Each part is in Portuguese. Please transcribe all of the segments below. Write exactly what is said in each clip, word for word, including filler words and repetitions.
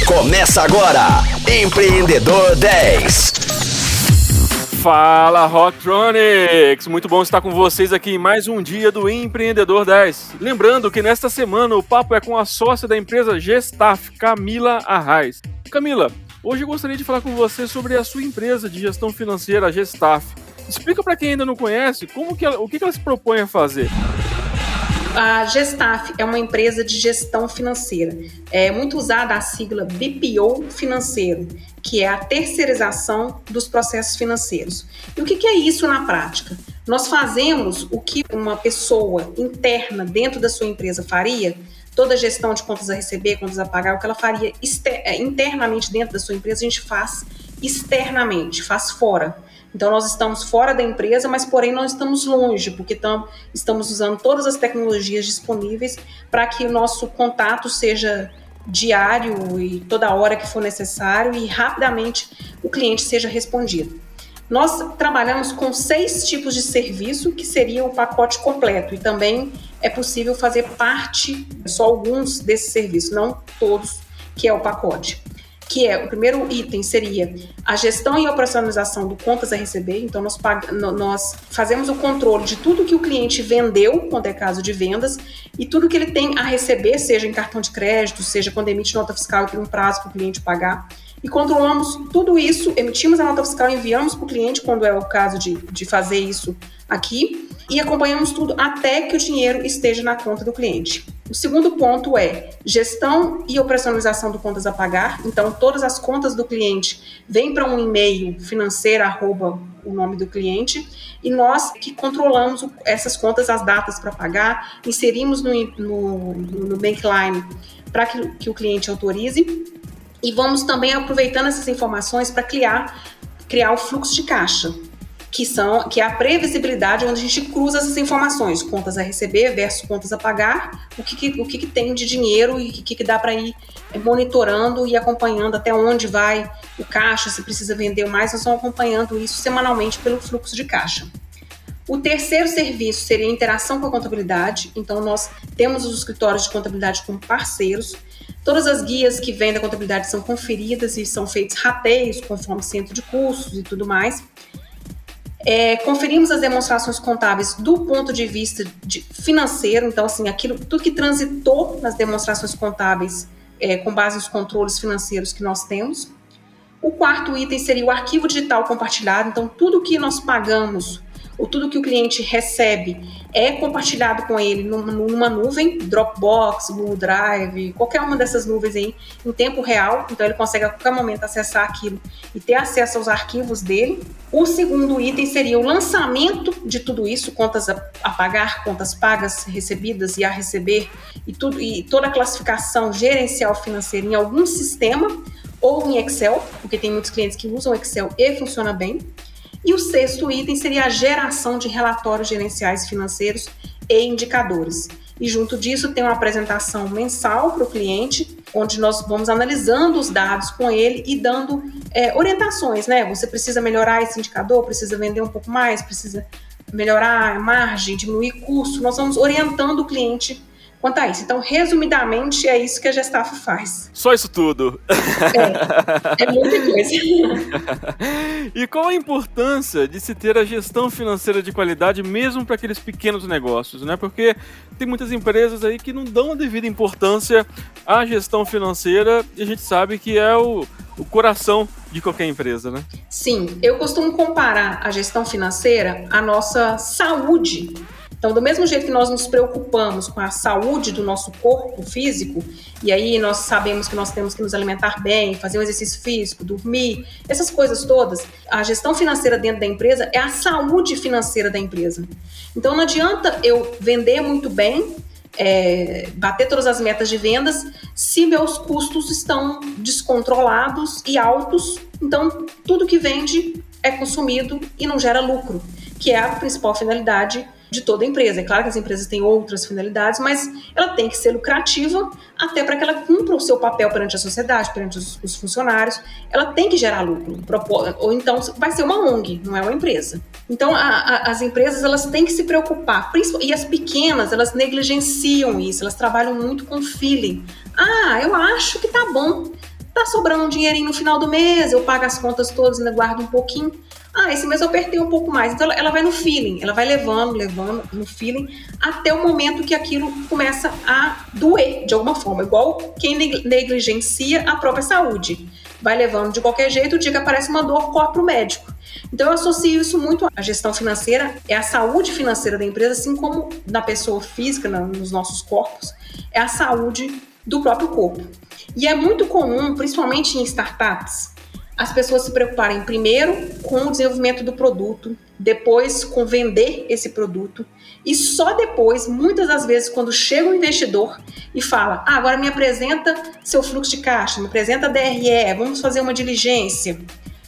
Começa agora, Empreendedor dez. Fala, Rocktronics! Muito bom estar com vocês aqui em mais um dia do Empreendedor dez. Lembrando que nesta semana o papo é com a sócia da empresa Gestaf, Camila Arraes. Camila, hoje eu gostaria de falar com você sobre a sua empresa de gestão financeira, a Gestaf. Explica para quem ainda não conhece como que ela, o que ela se propõe a fazer. A Gestaf é uma empresa de gestão financeira. É muito usada a sigla B P O financeiro, que é a terceirização dos processos financeiros. E o que é isso na prática? Nós fazemos o que uma pessoa interna dentro da sua empresa faria, toda a gestão de contas a receber, contas a pagar, o que ela faria exter- internamente dentro da sua empresa, a gente faz externamente, faz fora. Então, nós estamos fora da empresa, mas, porém, nós estamos longe, porque tam, estamos usando todas as tecnologias disponíveis para que o nosso contato seja diário e toda hora que for necessário e rapidamente o cliente seja respondido. Nós trabalhamos com seis tipos de serviço, que seria o pacote completo, e também é possível fazer parte, só alguns desses serviços, não todos, que é o pacote. Que é, o primeiro item seria a gestão e operacionalização do contas a receber. Então, nós, pag- nós fazemos o controle de tudo que o cliente vendeu, quando é caso de vendas, e tudo que ele tem a receber, seja em cartão de crédito, seja quando emite nota fiscal e tem um prazo para o cliente pagar. E controlamos tudo isso, emitimos a nota fiscal e enviamos para o cliente, quando é o caso de, de fazer isso aqui, e acompanhamos tudo até que o dinheiro esteja na conta do cliente. O segundo ponto é gestão e operacionalização do contas a pagar. Então, todas as contas do cliente vêm para um e-mail financeiro, arroba o nome do cliente, e nós que controlamos essas contas, as datas para pagar, inserimos no, no, no Bankline para que, que o cliente autorize, e vamos também aproveitando essas informações para criar, criar o fluxo de caixa, que, são, que é a previsibilidade onde a gente cruza essas informações, contas a receber versus contas a pagar, o que, que, o que, que tem de dinheiro e o que, que dá para ir monitorando e acompanhando até onde vai o caixa, se precisa vender mais, nós vamos acompanhando isso semanalmente pelo fluxo de caixa. O terceiro serviço seria a interação com a contabilidade. Então, nós temos os escritórios de contabilidade como parceiros. Todas as guias que vêm da contabilidade são conferidas e são feitos rateios conforme centro de custos e tudo mais. É, conferimos as demonstrações contábeis do ponto de vista de financeiro. Então, assim, aquilo, tudo que transitou nas demonstrações contábeis é, com base nos controles financeiros que nós temos. O quarto item seria o arquivo digital compartilhado. Então, tudo que nós pagamos ou tudo que o cliente recebe é compartilhado com ele numa, numa nuvem, Dropbox, Google Drive, qualquer uma dessas nuvens aí, em tempo real. Então, ele consegue a qualquer momento acessar aquilo e ter acesso aos arquivos dele. O segundo item seria o lançamento de tudo isso, contas a, a pagar, contas pagas, recebidas e a receber, e, tudo, e toda a classificação gerencial financeira em algum sistema ou em Excel, porque tem muitos clientes que usam Excel e funciona bem. E o sexto item seria a geração de relatórios gerenciais financeiros e indicadores. E junto disso tem uma apresentação mensal para o cliente, onde nós vamos analisando os dados com ele e dando é, orientações, né? Você precisa melhorar esse indicador, precisa vender um pouco mais, precisa melhorar a margem, diminuir custo. Nós vamos orientando o cliente quanto a isso. Então, resumidamente, é isso que a Gestaf faz. Só isso tudo. É, é muita coisa. E qual a importância de se ter a gestão financeira de qualidade mesmo para aqueles pequenos negócios, né? Porque tem muitas empresas aí que não dão a devida importância à gestão financeira e a gente sabe que é o, o coração de qualquer empresa, né? Sim, eu costumo comparar a gestão financeira à nossa saúde. Então, do mesmo jeito que nós nos preocupamos com a saúde do nosso corpo físico, e aí nós sabemos que nós temos que nos alimentar bem, fazer um exercício físico, dormir, essas coisas todas, a gestão financeira dentro da empresa é a saúde financeira da empresa. Então, não adianta eu vender muito bem, é, bater todas as metas de vendas, se meus custos estão descontrolados e altos. Então, tudo que vende é consumido e não gera lucro, que é a principal finalidade de toda a empresa. É claro que as empresas têm outras finalidades, mas ela tem que ser lucrativa até para que ela cumpra o seu papel perante a sociedade, perante os, os funcionários. Ela tem que gerar lucro, ou então vai ser uma O N G, não é uma empresa. Então, a, a, as empresas elas têm que se preocupar, e as pequenas, elas negligenciam isso, elas trabalham muito com feeling. Ah, eu acho que tá bom. Tá sobrando um dinheirinho no final do mês, eu pago as contas todas, ainda guardo um pouquinho. Ah, esse mês eu apertei um pouco mais. Então ela vai no feeling, ela vai levando, levando no feeling, até o momento que aquilo começa a doer de alguma forma. Igual quem negligencia a própria saúde. Vai levando de qualquer jeito, o dia que aparece uma dor, corre para o médico. Então eu associo isso muito à gestão financeira, é a saúde financeira da empresa, assim como da pessoa física, nos nossos corpos, é a saúde do próprio corpo. E é muito comum, principalmente em startups, as pessoas se preocuparem primeiro com o desenvolvimento do produto, depois com vender esse produto e só depois, muitas das vezes, quando chega um investidor e fala, ah, agora me apresenta seu fluxo de caixa, me apresenta D R E, vamos fazer uma diligência.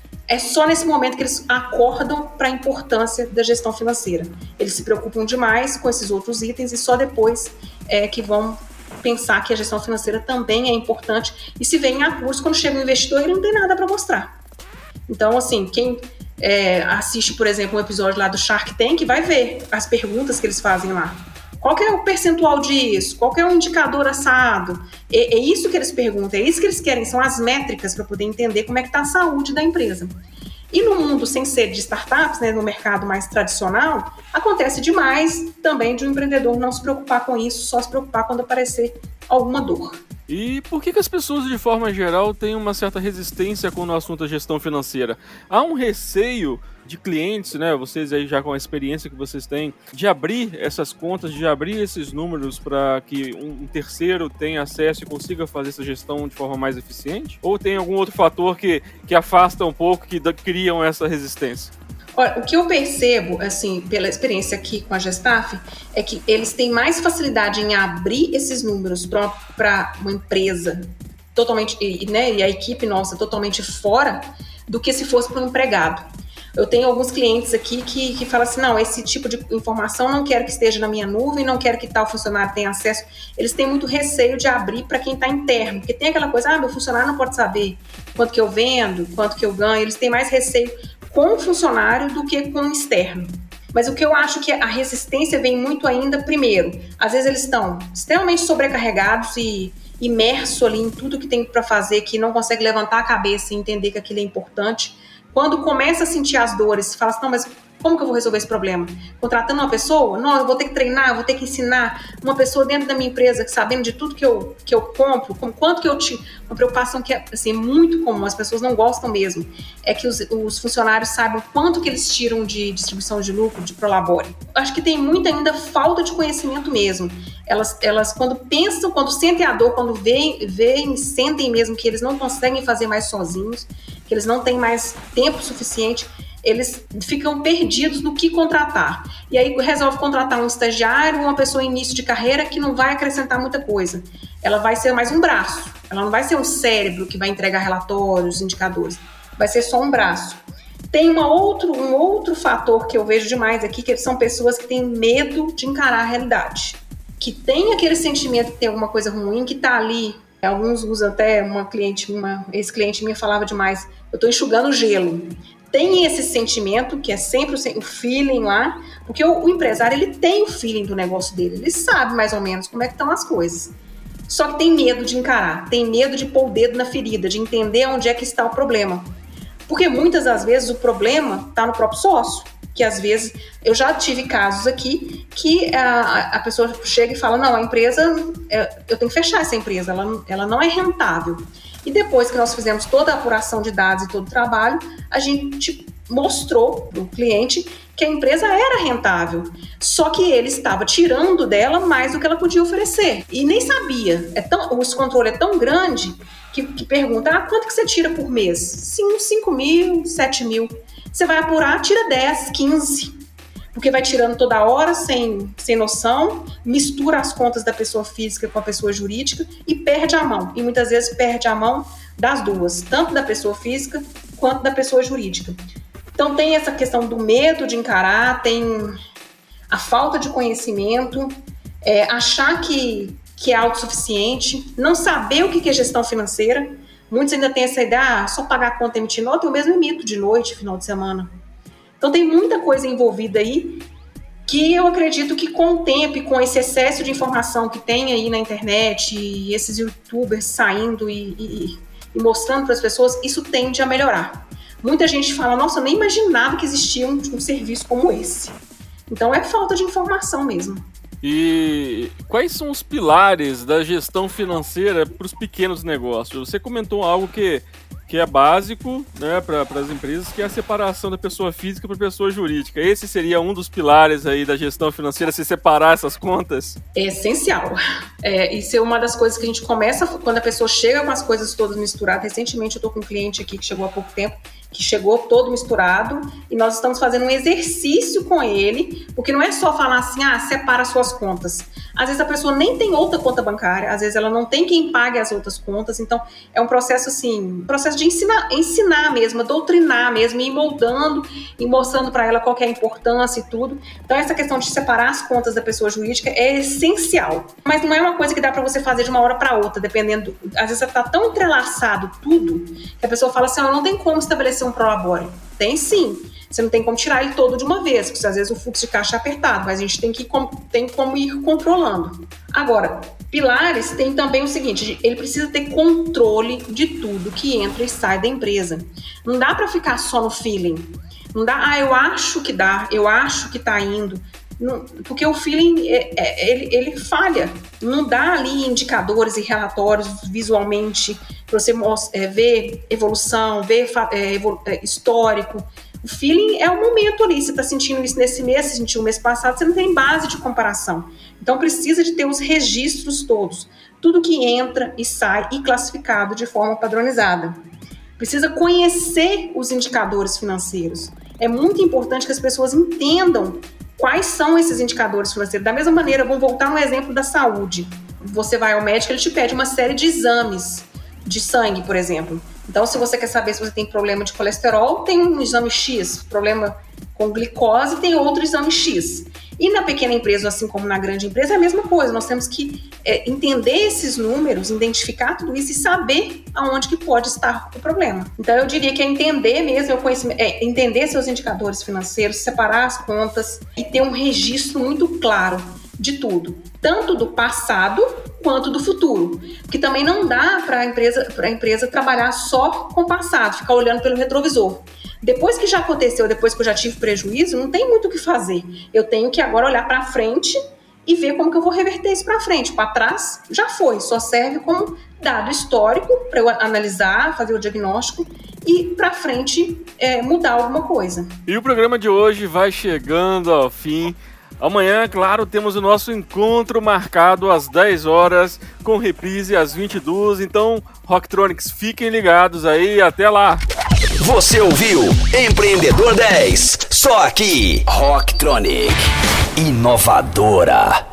É só nesse momento que eles acordam para a importância da gestão financeira. Eles se preocupam demais com esses outros itens e só depois é que vão pensar que a gestão financeira também é importante e se vê em apuros quando chega um investidor ele não tem nada para mostrar. Então, assim, quem é, assiste, por exemplo, um episódio lá do Shark Tank vai ver as perguntas que eles fazem lá. Qual que é o percentual disso? Qual que é o indicador assado? É, é isso que eles perguntam, é isso que eles querem, são as métricas para poder entender como é que está a saúde da empresa. E no mundo sem ser de startups, né, no mercado mais tradicional, acontece demais também de um empreendedor não se preocupar com isso, só se preocupar quando aparecer alguma dor. E por que, que as pessoas, de forma geral, têm uma certa resistência quando o assunto é gestão financeira? Há um receio de clientes, né, vocês aí já com a experiência que vocês têm, de abrir essas contas, de abrir esses números para que um terceiro tenha acesso e consiga fazer essa gestão de forma mais eficiente? Ou tem algum outro fator que, que afasta um pouco, que criam essa resistência? Olha, o que eu percebo, assim, pela experiência aqui com a Gestaf, é que eles têm mais facilidade em abrir esses números para uma empresa totalmente, e, né, e a equipe nossa totalmente fora, do que se fosse para um empregado. Eu tenho alguns clientes aqui que, que falam assim, não, esse tipo de informação não quero que esteja na minha nuvem, não quero que tal funcionário tenha acesso. Eles têm muito receio de abrir para quem está interno, porque tem aquela coisa, ah, meu funcionário não pode saber quanto que eu vendo, quanto que eu ganho. Eles têm mais receio com o funcionário do que com o externo. Mas o que eu acho que a resistência vem muito ainda, primeiro, às vezes eles estão extremamente sobrecarregados e imersos ali em tudo que tem para fazer, que não consegue levantar a cabeça e entender que aquilo é importante. Quando começa a sentir as dores, fala assim, não, mas como que eu vou resolver esse problema? Contratando uma pessoa? Não, eu vou ter que treinar, eu vou ter que ensinar uma pessoa dentro da minha empresa, sabendo de tudo que eu, que eu compro, com quanto que eu tiro. Uma preocupação que é assim, muito comum, as pessoas não gostam mesmo, é que os, os funcionários saibam quanto que eles tiram de distribuição de lucro, de prolabore. Acho que tem muita ainda falta de conhecimento mesmo. Elas, elas quando pensam, quando sentem a dor, quando veem, veem, sentem mesmo que eles não conseguem fazer mais sozinhos, que eles não têm mais tempo suficiente, eles ficam perdidos no que contratar. E aí resolve contratar um estagiário, uma pessoa em início de carreira que não vai acrescentar muita coisa. Ela vai ser mais um braço. Ela não vai ser um cérebro que vai entregar relatórios, indicadores. Vai ser só um braço. Tem uma outro, um outro fator que eu vejo demais aqui, que são pessoas que têm medo de encarar a realidade. Que tem aquele sentimento que tem alguma coisa ruim, que está ali. Alguns usam até, uma cliente, uma ex-cliente minha falava demais, eu estou enxugando gelo. Tem esse sentimento, que é sempre o feeling lá, porque o, o empresário ele tem o feeling do negócio dele, ele sabe mais ou menos como é que estão as coisas. Só que tem medo de encarar, tem medo de pôr o dedo na ferida, de entender onde é que está o problema. Porque muitas das vezes o problema está no próprio sócio, que às vezes, eu já tive casos aqui que a, a pessoa chega e fala, não, a empresa, eu tenho que fechar essa empresa, ela, ela não é rentável. E depois que nós fizemos toda a apuração de dados e todo o trabalho, a gente mostrou para o cliente que a empresa era rentável, só que ele estava tirando dela mais do que ela podia oferecer. E nem sabia. É tão, o controle é tão grande que, que pergunta, ah, quanto que você tira por mês? cinco mil, sete mil. Você vai apurar, tira dez, quinze. Porque vai tirando toda hora, sem, sem noção, mistura as contas da pessoa física com a pessoa jurídica e perde a mão. E muitas vezes perde a mão das duas, tanto da pessoa física quanto da pessoa jurídica. Então tem essa questão do medo de encarar, tem a falta de conhecimento, é, achar que, que é autossuficiente, não saber o que é gestão financeira. Muitos ainda têm essa ideia, ah, só pagar a conta e emitir nota, eu mesmo emito de noite, final de semana. Então tem muita coisa envolvida aí que eu acredito que com o tempo e com esse excesso de informação que tem aí na internet e esses youtubers saindo e, e, e mostrando para as pessoas, isso tende a melhorar. Muita gente fala, nossa, eu nem imaginava que existia um, um serviço como esse. Então é falta de informação mesmo. E quais são os pilares da gestão financeira para os pequenos negócios? Você comentou algo que, que é básico, né, para as empresas, que é a separação da pessoa física para a pessoa jurídica. Esse seria um dos pilares aí da gestão financeira, se separar essas contas? É essencial. É, isso é uma das coisas que a gente começa, quando a pessoa chega com as coisas todas misturadas. Recentemente eu estou com um cliente aqui que chegou há pouco tempo, que chegou todo misturado, e nós estamos fazendo um exercício com ele, porque não é só falar assim, ah, separa suas contas. Às vezes a pessoa nem tem outra conta bancária, às vezes ela não tem quem pague as outras contas, então é um processo assim, um processo de ensinar, ensinar mesmo, doutrinar mesmo, ir moldando e mostrando para ela qual que é a importância e tudo. Então essa questão de separar as contas da pessoa jurídica é essencial, mas não é uma coisa que dá para você fazer de uma hora para outra, dependendo, às vezes está tão entrelaçado tudo, que a pessoa fala assim, oh, não tem como estabelecer um prolabore. Tem sim. Você não tem como tirar ele todo de uma vez, porque às vezes o fluxo de caixa é apertado, mas a gente tem, que, tem como ir controlando. Agora, pilares tem também o seguinte, ele precisa ter controle de tudo que entra e sai da empresa. Não dá para ficar só no feeling. Não dá, ah, eu acho que dá, eu acho que tá indo. Não, porque o feeling, é, é, ele, ele falha. Não dá ali indicadores e relatórios visualmente para você é, ver evolução, ver é, evolu- é, histórico. O feeling é o momento ali. Você está sentindo isso nesse mês, você sentiu o mês passado, você não tem base de comparação. Então precisa de ter os registros todos. Tudo que entra e sai e classificado de forma padronizada. Precisa conhecer os indicadores financeiros. É muito importante que as pessoas entendam quais são esses indicadores financeiros. Da mesma maneira, vamos voltar no exemplo da saúde. Você vai ao médico, ele te pede uma série de exames de sangue, por exemplo. Então, se você quer saber se você tem problema de colesterol, tem um exame X. Problema com glicose, tem outro exame X. E na pequena empresa, assim como na grande empresa, é a mesma coisa. Nós temos que é, entender esses números, identificar tudo isso e saber aonde que pode estar o problema. Então, eu diria que é entender mesmo, o conhecimento, é entender seus indicadores financeiros, separar as contas e ter um registro muito claro de tudo, tanto do passado quanto do futuro. Porque também não dá para a empresa, para a empresa trabalhar só com o passado, ficar olhando pelo retrovisor. Depois que já aconteceu, depois que eu já tive prejuízo, não tem muito o que fazer. Eu tenho que agora olhar para frente e ver como que eu vou reverter isso para frente. Para trás, já foi. Só serve como dado histórico para eu analisar, fazer o diagnóstico e para frente é, mudar alguma coisa. E o programa de hoje vai chegando ao fim. Amanhã, claro, temos o nosso encontro marcado às dez horas, com reprise às vinte e duas. Então, Rocktronics, fiquem ligados aí. Até lá! Você ouviu Empreendedor dez, só aqui, Rocktronic, inovadora.